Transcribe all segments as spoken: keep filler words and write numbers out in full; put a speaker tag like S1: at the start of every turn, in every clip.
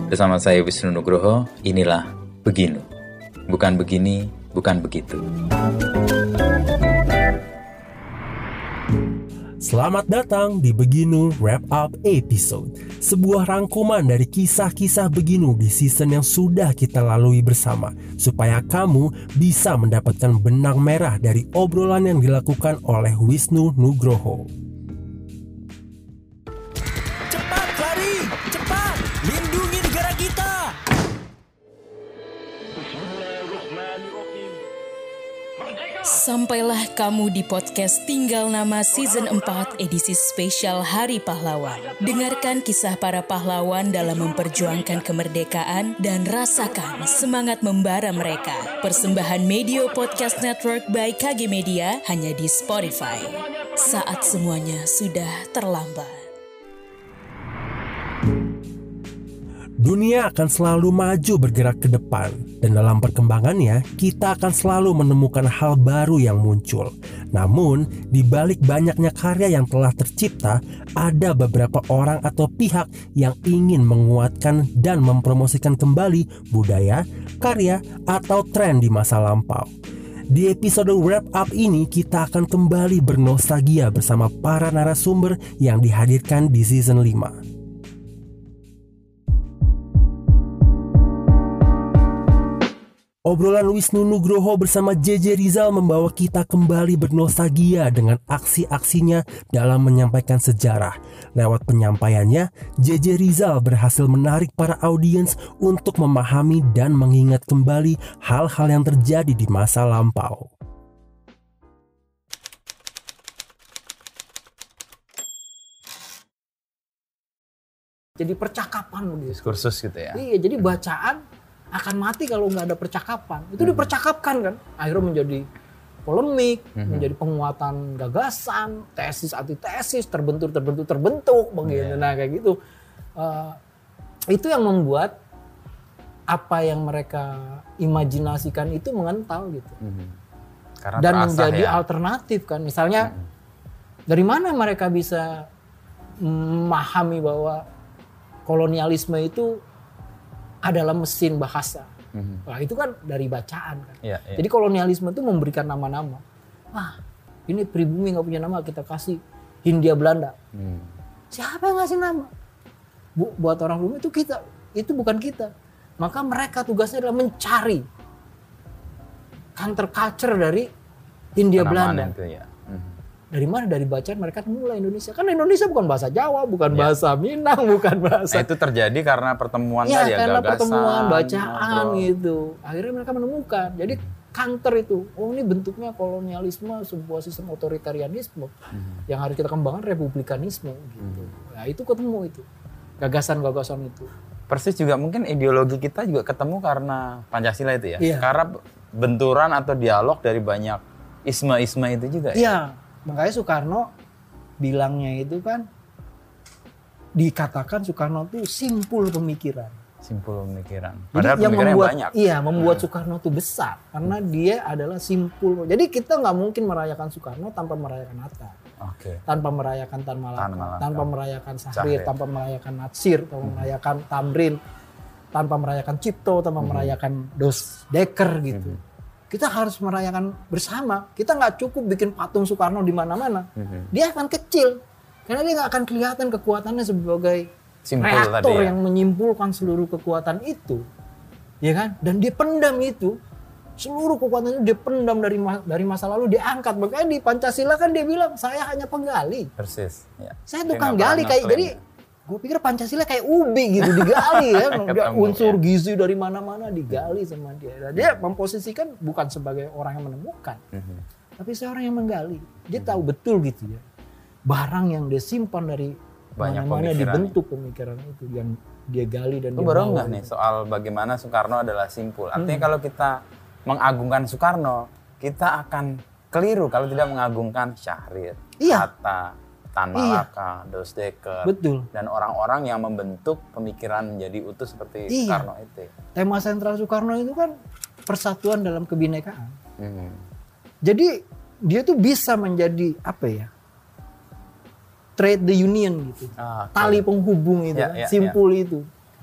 S1: Bersama saya Wisnu Nugroho, inilah Beginu. Bukan begini, bukan begitu.
S2: Selamat datang di Beginu Wrap Up Episode, sebuah rangkuman dari kisah-kisah Beginu di season yang sudah kita lalui bersama, supaya kamu bisa mendapatkan benang merah dari obrolan yang dilakukan oleh Wisnu Nugroho.
S3: Cepat lari, cepat, lindungi negara kita.
S4: Sampailah kamu di podcast Tinggal Nama Season empat edisi spesial Hari Pahlawan. Dengarkan kisah para pahlawan dalam memperjuangkan kemerdekaan dan rasakan semangat membara mereka. Persembahan Medio Podcast Network by K G Media hanya di Spotify. Saat semuanya sudah terlambat.
S2: Dunia akan selalu maju bergerak ke depan, dan dalam perkembangannya kita akan selalu menemukan hal baru yang muncul. Namun, di balik banyaknya karya yang telah tercipta, ada beberapa orang atau pihak yang ingin menguatkan dan mempromosikan kembali budaya, karya, atau tren di masa lampau. Di episode Wrap Up ini kita akan kembali bernostalgia bersama para narasumber yang dihadirkan di season lima. Obrolan Wisnu Nugroho bersama J J Rizal membawa kita kembali bernostalgia dengan aksi-aksinya dalam menyampaikan sejarah. Lewat penyampaiannya, J J Rizal berhasil menarik para audiens untuk memahami dan mengingat kembali hal-hal yang terjadi di masa lampau.
S5: Jadi percakapan begitu.
S1: Diskursus gitu ya.
S5: Iya, jadi bacaan akan mati kalau nggak ada percakapan. Itu hmm. dipercakapkan kan. Akhirnya menjadi polemik, hmm. menjadi penguatan gagasan, tesis antitesis, terbentuk terbentuk terbentuk begitu. Yeah. Nah kayak gitu. Uh, itu yang membuat apa yang mereka imajinasikan itu mengental gitu. Hmm.
S1: Karena
S5: dan menjadi
S1: ya.
S5: alternatif kan. Misalnya hmm. dari mana mereka bisa memahami bahwa kolonialisme itu adalah mesin bahasa. Mm-hmm. Nah, itu kan dari bacaan kan. Yeah, yeah. Jadi kolonialisme itu memberikan nama-nama. Wah, ini pribumi nggak punya nama, kita kasih Hindia Belanda. Mm. Siapa yang ngasih nama? Bu, buat orang pribumi itu kita, itu bukan kita. Maka mereka tugasnya adalah mencari counter culture dari Hindia Belanda. Itu, ya. Mm-hmm. Dari mana? Dari bacaan mereka mulai Indonesia. Kan Indonesia bukan bahasa Jawa, bukan ya. bahasa Minang, bukan bahasa.
S1: Nah, itu terjadi karena pertemuan
S5: ya,
S1: tadi ya,
S5: karena
S1: gagasan,
S5: pertemuan, bacaan
S1: ngobrol.
S5: gitu. Akhirnya mereka menemukan. Jadi counter itu, oh ini bentuknya kolonialisme, sebuah sistem otoritarianisme hmm. yang harus kita kembangkan republikanisme gitu. Hmm. Nah, itu ketemu itu. Gagasan-gagasan itu.
S1: Persis juga mungkin ideologi kita juga ketemu karena Pancasila itu ya.
S5: ya.
S1: Karena benturan atau dialog dari banyak isme-isme itu juga ya.
S5: Iya. Makanya Soekarno bilangnya itu kan, dikatakan Soekarno itu simpul pemikiran.
S1: Simpul pemikiran.
S5: Padahal jadi yang membuat,
S1: banyak.
S5: Iya, membuat
S1: hmm.
S5: Soekarno itu besar. Karena dia adalah simpul. Jadi kita nggak mungkin merayakan Soekarno tanpa merayakan Hatta.
S1: Okay.
S5: Tanpa merayakan Tan Malaka. Tan Malaka. Tanpa merayakan Sahrir. Sahrir. Tanpa merayakan Natsir. Tanpa hmm. merayakan Tamrin. Tanpa merayakan Cipto. Tanpa hmm. merayakan Dos Dekker gitu. Hmm. Kita harus merayakan bersama. Kita nggak cukup bikin patung Soekarno di mana-mana. Mm-hmm. Dia akan kecil. Karena dia nggak akan kelihatan kekuatannya sebagai simpul reaktor ya. Yang menyimpulkan seluruh kekuatan itu. Ya kan? Dan dia pendam itu. Seluruh kekuatan itu dia pendam dari, dari masa lalu, dia angkat. Makanya di Pancasila kan dia bilang, saya hanya penggali.
S1: Persis. Ya.
S5: Saya tukang gali. kayak Jadi gue pikir Pancasila kayak ubi gitu, digali ya. Dia unsur gizi dari mana-mana digali sama dia. Dan dia memposisikan bukan sebagai orang yang menemukan, mm-hmm. tapi seorang yang menggali. Dia tahu betul gitu ya. Barang yang dia simpan dari banyak mana-mana dibentuk pemikiran itu yang dia gali dan
S1: lu
S5: dia
S1: baru enggak nih soal bagaimana Soekarno adalah simpul. Artinya hmm. kalau kita mengagungkan Soekarno, kita akan keliru kalau tidak mengagungkan Sahrir,
S5: iya.
S1: Hatta, Tan Malaka, iya. Dos Dekker,
S5: betul.
S1: Dan orang-orang yang membentuk pemikiran menjadi utuh seperti iya. Soekarno itu.
S5: Tema sentral Soekarno itu kan persatuan dalam kebinekaan.
S1: Hmm.
S5: Jadi dia tuh bisa menjadi apa ya? Trade the union gitu, ah, okay. tali penghubung itu, ya, kan? ya, simpul ya. Itu.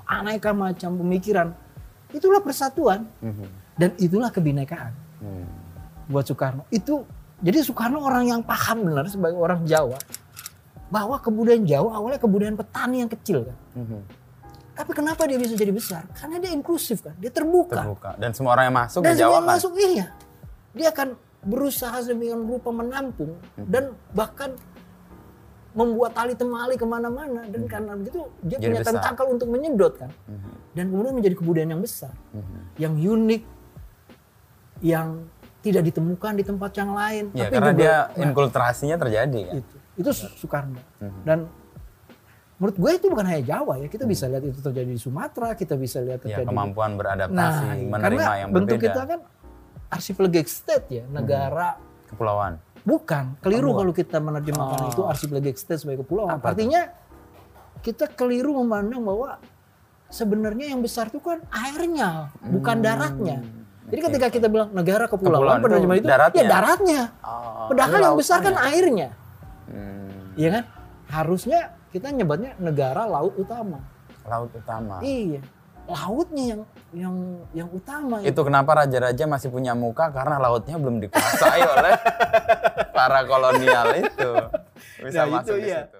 S5: aneka macam pemikiran. Itulah persatuan mm-hmm. dan itulah kebinekaan mm. buat Soekarno. Itu jadi Soekarno orang yang paham benar sebagai orang Jawa bahwa kebudayaan Jawa awalnya kebudayaan petani yang kecil kan. Mm-hmm. Tapi kenapa dia bisa jadi besar? Karena dia inklusif kan, dia terbuka.
S1: Terbuka. Dan semua orang yang masuk
S5: dan
S1: di Jawa
S5: semua yang
S1: kan.
S5: masuk iya, dia akan berusaha sedemikian rupa menampung mm-hmm. dan bahkan membuat tali temali kemana-mana dan hmm. karena begitu dia
S1: jadi
S5: punya
S1: besar.
S5: tentakel untuk menyedot kan hmm. dan kemudian menjadi kebudayaan yang besar, hmm. yang unik, yang tidak ditemukan di tempat yang lain.
S1: Ya,
S5: tapi
S1: karena
S5: juga,
S1: dia
S5: nah,
S1: inkulturasinya terjadi kan.
S5: Itu, itu Soekarno hmm. dan menurut gue itu bukan hanya Jawa ya, kita hmm. bisa lihat itu terjadi di Sumatera, kita bisa lihat terjadi.
S1: Ya, kemampuan beradaptasi,
S5: nah,
S1: menerima
S5: karena
S1: yang
S5: bentuk
S1: berbeda.
S5: kita kan archipelagic state ya, negara
S1: hmm. kepulauan.
S5: Bukan, keliru
S1: oh,
S5: kalau kita menerjemahkan oh. itu archipelagic state sebagai kepulauan.
S1: Apa
S5: Artinya itu? Kita keliru memandang bahwa sebenarnya yang besar itu kan airnya, hmm. bukan daratnya. Jadi okay. ketika kita bilang negara kepulauan, kepulauan penerjemahan itu,
S1: daratnya.
S5: ya daratnya.
S1: Oh,
S5: Padahal yang besar kan airnya.
S1: Hmm.
S5: Iya kan? Harusnya kita nyebutnya negara laut utama.
S1: Laut utama.
S5: Iya. Lautnya yang yang yang utama.
S1: Itu kenapa raja-raja masih punya muka karena lautnya belum dikuasai oleh para kolonial itu. Bisa
S5: nah,
S1: masuk
S5: itu,
S1: di
S5: iya.
S1: situ.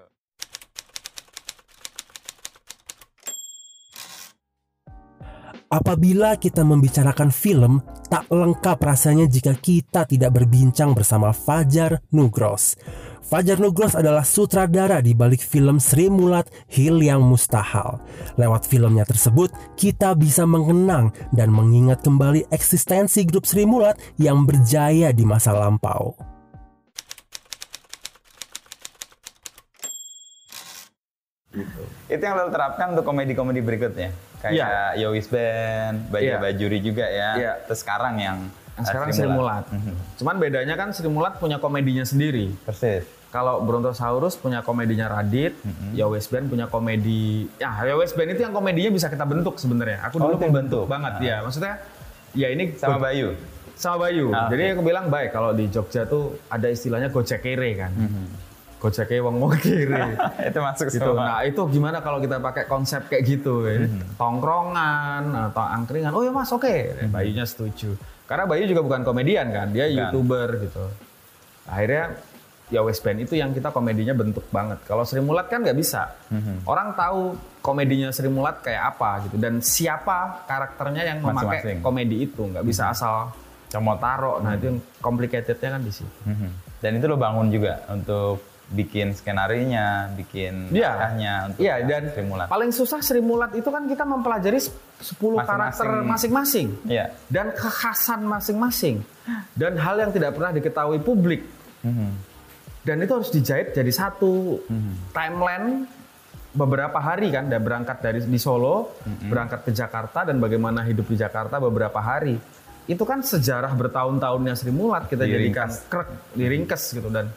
S2: Apabila kita membicarakan film, tak lengkap rasanya jika kita tidak berbincang bersama Fajar Nugros. Fajar Nugros adalah sutradara di balik film Sri Mulat Hil Yang Mustahil. Lewat filmnya tersebut, kita bisa mengenang dan mengingat kembali eksistensi grup Sri Mulat yang berjaya di masa lampau.
S1: Gitu. Itu yang lo terapkan untuk komedi-komedi berikutnya? Kayak ya. Yowis Band, Baja ya. Bajuri juga ya. ya. Terus sekarang yang
S6: Yang sekarang Sri Mulat. Mm-hmm. Cuman bedanya kan Sri Mulat punya komedinya sendiri.
S1: Persis.
S6: Kalau Brontosaurus punya komedinya Radit, mm-hmm. Yowis Band punya komedi. Ya, Yowis Band itu yang komedinya bisa kita bentuk sebenarnya. Aku dulu oh, membentuk banget nah. ya. Maksudnya ya ini
S1: sama Bayu.
S6: Sama Bayu. Ah, Jadi okay. aku bilang baik kalau di Jogja tuh ada istilahnya gojek kere kan. Mm-hmm. Gojek wong wong kere.
S1: Itu masuk
S6: gitu.
S1: semua.
S6: Nah, itu gimana kalau kita pakai konsep kayak gitu ya. Mm-hmm. Tongkrongan atau angkringan. Oh ya Mas, oke. Okay. Mm-hmm. Bayunya setuju. Karena Bayu juga bukan komedian kan, dia bukan. YouTuber gitu. Akhirnya Yowis Band itu yang kita komedinya bentuk banget. Kalau Sri Mulat kan nggak bisa. Mm-hmm. Orang tahu komedinya Sri Mulat kayak apa gitu dan siapa karakternya yang memakai Masing-masing. komedi itu, nggak bisa mm-hmm. asal comot taro. Nah mm-hmm. itu yang complicatednya kan di situ. Mm-hmm.
S1: Dan itu lo bangun juga untuk bikin skenarinya, bikin
S6: ya.
S1: naskahnya untuk
S6: ya, dan
S1: Sri Mulat.
S6: Paling susah Sri Mulat itu kan kita mempelajari sepuluh karakter masing-masing. Ya. Dan kekhasan masing-masing. Dan hal yang tidak pernah diketahui publik. Mm-hmm. Dan itu harus dijahit jadi satu mm-hmm. timeline beberapa hari kan. Dan berangkat dari di Solo, mm-hmm. berangkat ke Jakarta dan bagaimana hidup di Jakarta beberapa hari. Itu kan sejarah bertahun-tahunnya Sri Mulat kita
S1: diringkas.
S6: jadikan krek, diringkes gitu. Dan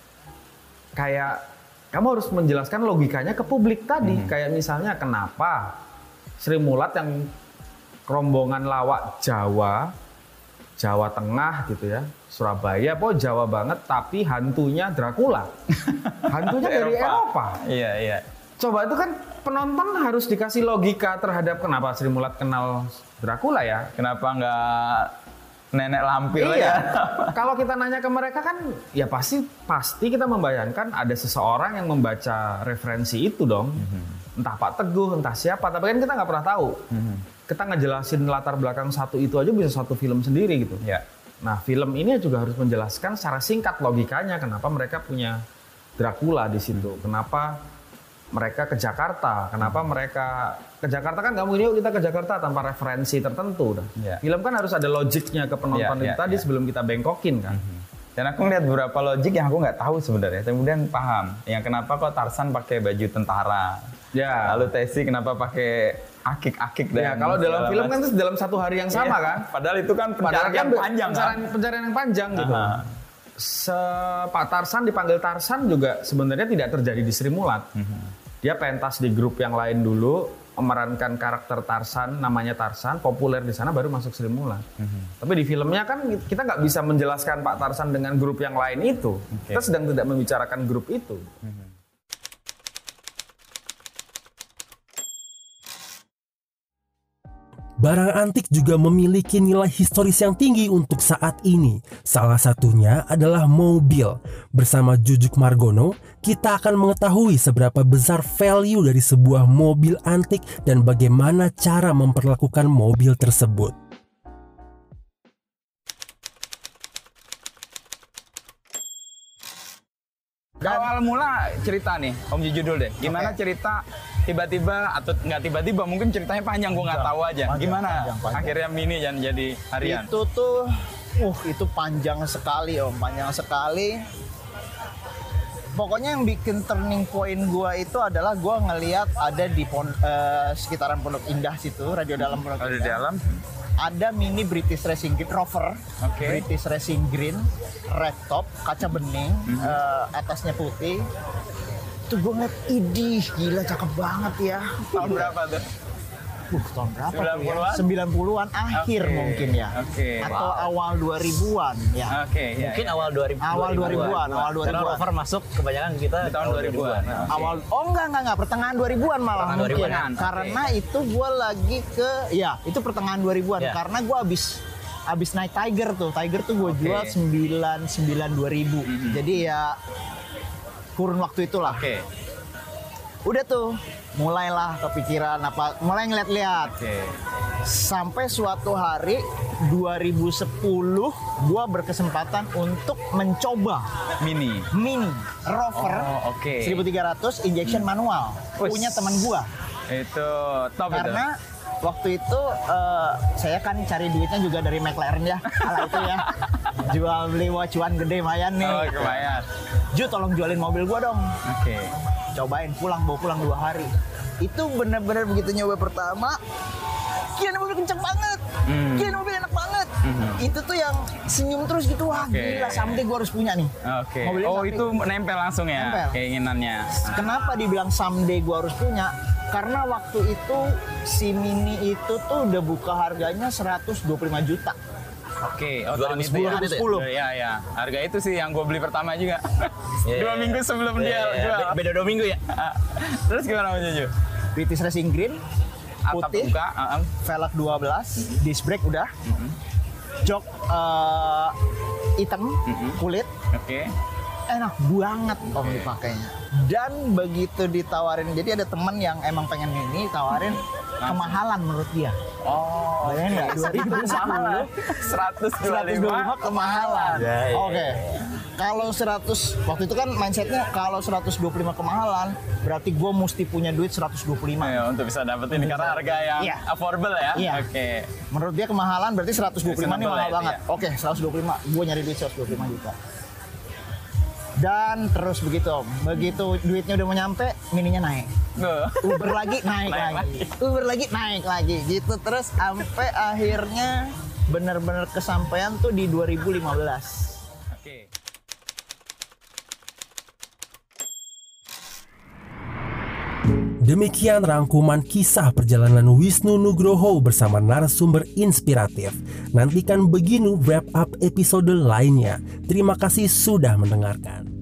S6: kayak kamu harus menjelaskan logikanya ke publik tadi. Hmm. Kayak misalnya kenapa Sri Mulat yang rombongan lawak Jawa, Jawa Tengah gitu ya, Surabaya, po Jawa banget, tapi hantunya Dracula. Hantunya dari Eropa.
S1: Iya, iya.
S6: Coba itu kan penonton harus dikasih logika terhadap kenapa Sri Mulat kenal Dracula ya.
S1: Kenapa nggak nenek lampir
S6: iya.
S1: ya.
S6: Kalau kita nanya ke mereka kan ya pasti pasti kita membayangkan ada seseorang yang membaca referensi itu dong. Mm-hmm. Entah Pak Teguh, entah siapa, tapi kan kita nggak pernah tahu. Mm-hmm. Kita ngejelasin latar belakang satu itu aja bisa satu film sendiri gitu. Yeah. Nah, film ini juga harus menjelaskan secara singkat logikanya kenapa mereka punya Dracula di situ. Mm-hmm. Kenapa mereka ke Jakarta, kenapa hmm. mereka ke Jakarta kan nggak mungkin yuk kita ke Jakarta tanpa referensi tertentu. Yeah. Film kan harus ada logiknya ke penonton yeah, itu yeah, tadi yeah. sebelum kita bengkokin kan. Mm-hmm.
S1: Dan aku ngeliat beberapa logik yang aku nggak tahu sebenarnya. Kemudian paham, yang kenapa kok Tarsan pakai baju tentara, yeah. lalu Tesi kenapa pakai akik-akik dan.
S6: Ya kalau dalam film kan itu dalam satu hari yang sama yeah. kan.
S1: Padahal itu kan pencarian yang panjang
S6: pencarian, kan. Pencarian yang panjang gitu. Uh-huh. Se- Pak Tarsan dipanggil Tarsan juga sebenarnya tidak terjadi di Sri Mulat. Mm-hmm. Dia pentas di grup yang lain dulu, memerankan karakter Tarsan, namanya Tarsan, populer di sana baru masuk Sri Mulat. Mm-hmm. Tapi di filmnya kan kita nggak bisa menjelaskan Pak Tarsan dengan grup yang lain itu. Okay. Kita sedang tidak membicarakan grup itu. Mm-hmm.
S2: Barang antik juga memiliki nilai historis yang tinggi untuk saat ini. Salah satunya adalah mobil. Bersama Jujuk Margono, kita akan mengetahui seberapa besar value dari sebuah mobil antik dan bagaimana cara memperlakukan mobil tersebut.
S1: Dan awal mula cerita nih, Om Jujudul deh. Gimana okay. cerita tiba-tiba atau nggak tiba-tiba, mungkin ceritanya panjang, gue nggak tahu aja. Panjang, Gimana panjang, panjang. akhirnya Mini dan jadi harian?
S7: Itu tuh, uh itu panjang sekali Om, panjang sekali. Pokoknya yang bikin turning point gue itu adalah gue ngelihat ada di pon, uh, sekitaran Pondok Indah situ, radio dalam Pondok
S1: Radio
S7: Indah.
S1: dalam.
S7: Ada Mini British Racing Green Rover,
S1: okay.
S7: British Racing Green, red top, kaca bening, mm-hmm. uh, atasnya putih. Itu gue ngeliat, idih gila cakep banget ya.
S1: Tahun berapa tuh?
S7: Uh, tahun berapa
S1: sembilan puluhan?
S7: Ya? sembilan puluhan akhir okay. mungkin ya.
S1: Okay.
S7: Atau wow. awal dua ribuan ya.
S1: Oke, okay, ya,
S8: mungkin
S1: ya.
S8: awal dua ribu.
S7: Awal dua ribuan, awal dua ribuan.
S8: Karena Rover masuk kebanyakan kita
S1: di tahun dua ribuan.
S8: Okay.
S7: Awal oh enggak enggak enggak pertengahan dua ribuan malah
S1: pertengahan
S7: mungkin.
S1: dua ribuan.
S7: Karena
S1: okay.
S7: itu gue lagi ke ya, itu pertengahan dua ribuan
S8: yeah.
S7: karena gue habis habis naik Tiger tuh. Tiger tuh gue okay. jual sembilan puluh sembilan dua ribu. Mm-hmm. Jadi ya kurun waktu itulah.
S1: Oke. Okay.
S7: Udah tuh mulailah kepikiran apa, mulai ngeliat-liat.
S1: Okay.
S7: Sampai suatu hari dua ribu sepuluh gua berkesempatan untuk mencoba
S1: Mini
S7: Mini Rover
S1: oh, okay.
S7: seribu tiga ratus injection hmm. manual.
S1: Ush.
S7: Punya teman gua.
S1: Itu top.
S7: Karena
S1: itu.
S7: waktu itu uh, saya kan cari duitnya juga dari McLaren ya. Ala itu ya. Jual beli wacuan gede mayan nih.
S1: Oh, lumayan.
S7: Ju tolong jualin mobil gua dong.
S1: Oke. Okay.
S7: Cobain pulang, bawa pulang dua hari. Itu benar-benar begitu nyoba pertama, gila mobil kenceng banget, hmm. gila mobil enak banget. Hmm. Itu tuh yang senyum terus gitu, wah okay. gila someday gue harus punya nih.
S1: Oke. Okay. Oh itu nempel langsung ya nempel. Keinginannya.
S7: Kenapa dibilang someday gue harus punya? Karena waktu itu si Mini itu tuh udah buka harganya seratus dua puluh lima juta.
S1: Oke, okay. oh,
S7: dua ribu sepuluh,
S1: dua ribu sepuluh. Ya, ya. Harga itu sih yang gue beli pertama juga. Yeah. Dua minggu sebelum yeah, dia yeah. jual.
S8: Be beda dua minggu ya.
S1: Terus gimana Mas Juju?
S7: British Racing Green, putih,
S1: buka, uh -uh.
S7: velg dua belas, disc brake udah, mm-hmm. jok uh, hitam, mm-hmm. kulit.
S1: Oke. Okay.
S7: Enak banget okay. Om dipakainya. Dan begitu ditawarin, jadi ada temen yang emang pengen Mini, tawarin kemahalan menurut dia.
S1: Oh,
S7: bayangin nggak? dua ribu sepuluh
S1: seratus dua puluh lima
S7: kemahalan.
S1: Ya, ya,
S7: Oke. Okay. Kalau seratus, waktu itu kan mindsetnya kalau seratus dua puluh lima kemahalan, berarti gue mesti punya duit seratus dua puluh lima.
S1: Ya, untuk bisa dapetin karena harga yang yeah. affordable ya.
S7: Iya.
S1: Oke. Okay.
S7: Menurut dia kemahalan berarti seratus dua puluh lima ini mahal
S1: ya,
S7: banget. Ya. Oke, okay, seratus dua puluh lima. Gue nyari duit seratus dua puluh lima juta. Dan terus begitu Om, begitu duitnya udah mau nyampe, Mininya naik. Uber lagi naik, naik lagi. lagi. Uber lagi naik lagi gitu terus sampai akhirnya benar-benar kesampaian tuh di dua ribu lima belas.
S1: Oke.
S2: Demikian rangkuman kisah perjalanan Wisnu Nugroho bersama narasumber inspiratif. Nantikan Beginu wrap up episode lainnya. Terima kasih sudah mendengarkan.